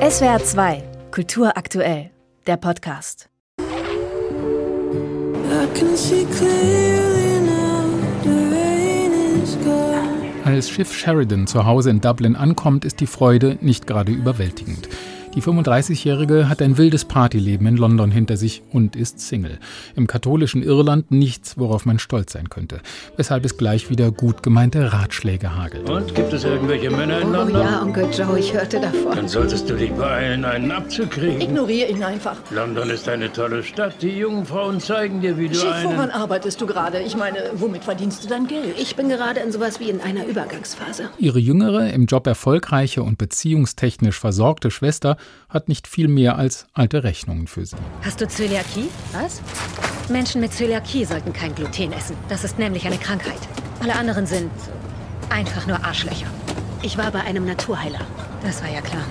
SWR 2, Kultur aktuell, der Podcast. Als Schiff Sheridan zu Hause in Dublin ankommt, ist die Freude nicht gerade überwältigend. Die 35-Jährige hat ein wildes Partyleben in London hinter sich und ist Single. Im katholischen Irland nichts, worauf man stolz sein könnte. Weshalb es gleich wieder gut gemeinte Ratschläge hagelt. Und, gibt es irgendwelche Männer in London? Oh ja, Onkel Joe, ich hörte davon. Dann solltest du dich beeilen, einen abzukriegen. Ignoriere ihn einfach. London ist eine tolle Stadt. Die jungen Frauen zeigen dir, wie du Chef, woran arbeitest du gerade? Ich meine, womit verdienst du dein Geld? Ich bin gerade in sowas wie in einer Übergangsphase. Ihre jüngere, im Job erfolgreiche und beziehungstechnisch versorgte Schwester hat nicht viel mehr als alte Rechnungen für sie. Hast du Zöliakie? Was? Menschen mit Zöliakie sollten kein Gluten essen. Das ist nämlich eine Krankheit. Alle anderen sind einfach nur Arschlöcher. Ich war bei einem Naturheiler. Das war ja klar.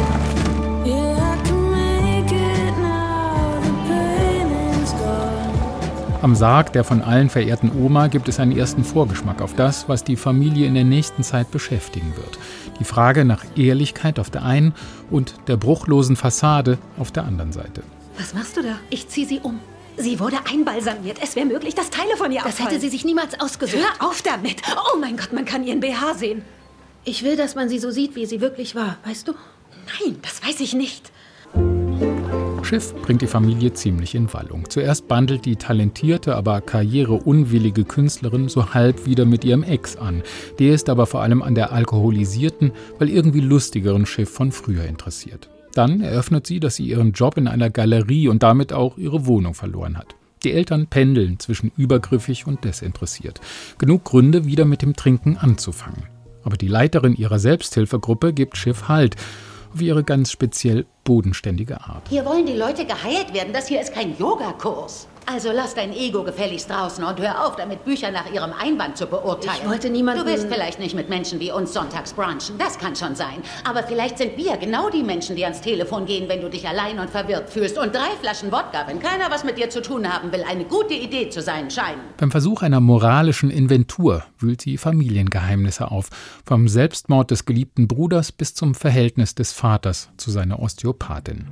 Am Sarg der von allen verehrten Oma gibt es einen ersten Vorgeschmack auf das, was die Familie in der nächsten Zeit beschäftigen wird. Die Frage nach Ehrlichkeit auf der einen und der bruchlosen Fassade auf der anderen Seite. Was machst du da? Ich ziehe sie um. Sie wurde einbalsamiert. Es wäre möglich, dass Teile von ihr Das abfallen. hätte sie sich niemals ausgesucht. Hör auf damit! Oh mein Gott, man kann ihren BH sehen. Ich will, dass man sie so sieht, wie sie wirklich war, weißt du? Nein, das weiß ich nicht. Schiff bringt die Familie ziemlich in Wallung. Zuerst bandelt die talentierte, aber karriereunwillige Künstlerin so halb wieder mit ihrem Ex an. Der ist aber vor allem an der alkoholisierten, weil irgendwie lustigeren Schiff von früher interessiert. Dann eröffnet sie, dass sie ihren Job in einer Galerie und damit auch ihre Wohnung verloren hat. Die Eltern pendeln zwischen übergriffig und desinteressiert. Genug Gründe, wieder mit dem Trinken anzufangen. Aber die Leiterin ihrer Selbsthilfegruppe gibt Schiff Halt. Auf ihre ganz speziell bodenständige Art. Hier wollen die Leute geheilt werden. Das hier ist kein Yogakurs. Also lass dein Ego gefälligst draußen und hör auf, damit Bücher nach ihrem Einband zu beurteilen. Ich wollte niemanden... Du willst vielleicht nicht mit Menschen wie uns sonntags brunchen. Das kann schon sein. Aber vielleicht sind wir genau die Menschen, die ans Telefon gehen, wenn du dich allein und verwirrt fühlst. Und 3 Flaschen Wodka, wenn keiner was mit dir zu tun haben will, eine gute Idee zu sein scheinen. Beim Versuch einer moralischen Inventur wühlt sie Familiengeheimnisse auf. Vom Selbstmord des geliebten Bruders bis zum Verhältnis des Vaters zu seiner Osteopathin.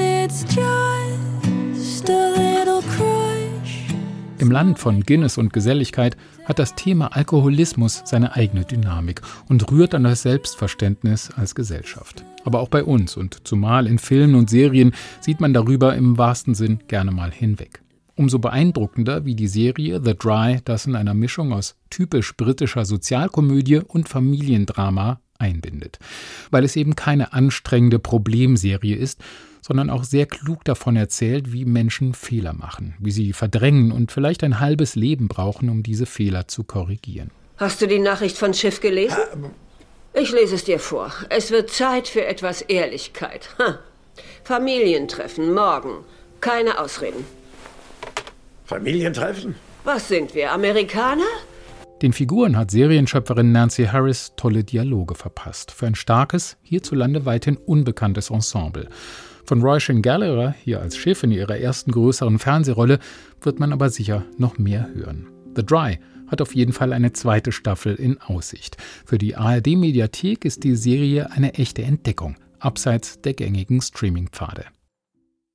Im Land von Guinness und Geselligkeit hat das Thema Alkoholismus seine eigene Dynamik und rührt an das Selbstverständnis als Gesellschaft. Aber auch bei uns und zumal in Filmen und Serien sieht man darüber im wahrsten Sinn gerne mal hinweg. Umso beeindruckender, wie die Serie The Dry das in einer Mischung aus typisch britischer Sozialkomödie und Familiendrama einbindet. Weil es eben keine anstrengende Problemserie ist, sondern auch sehr klug davon erzählt, wie Menschen Fehler machen, wie sie verdrängen und vielleicht ein halbes Leben brauchen, um diese Fehler zu korrigieren. Hast du die Nachricht von Schiff gelesen? Ich lese es dir vor. Es wird Zeit für etwas Ehrlichkeit. Familientreffen morgen. Keine Ausreden. Familientreffen? Was sind wir, Amerikaner? Den Figuren hat Serienschöpferin Nancy Harris tolle Dialoge verpasst. Für ein starkes, hierzulande weithin unbekanntes Ensemble. Von Roisin Gallagher, hier als Schiff in ihrer ersten größeren Fernsehrolle, wird man aber sicher noch mehr hören. The Dry hat auf jeden Fall eine zweite Staffel in Aussicht. Für die ARD-Mediathek ist die Serie eine echte Entdeckung, abseits der gängigen Streaming-Pfade.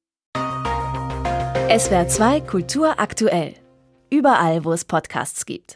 SWR 2 Kultur aktuell. Überall, wo es Podcasts gibt.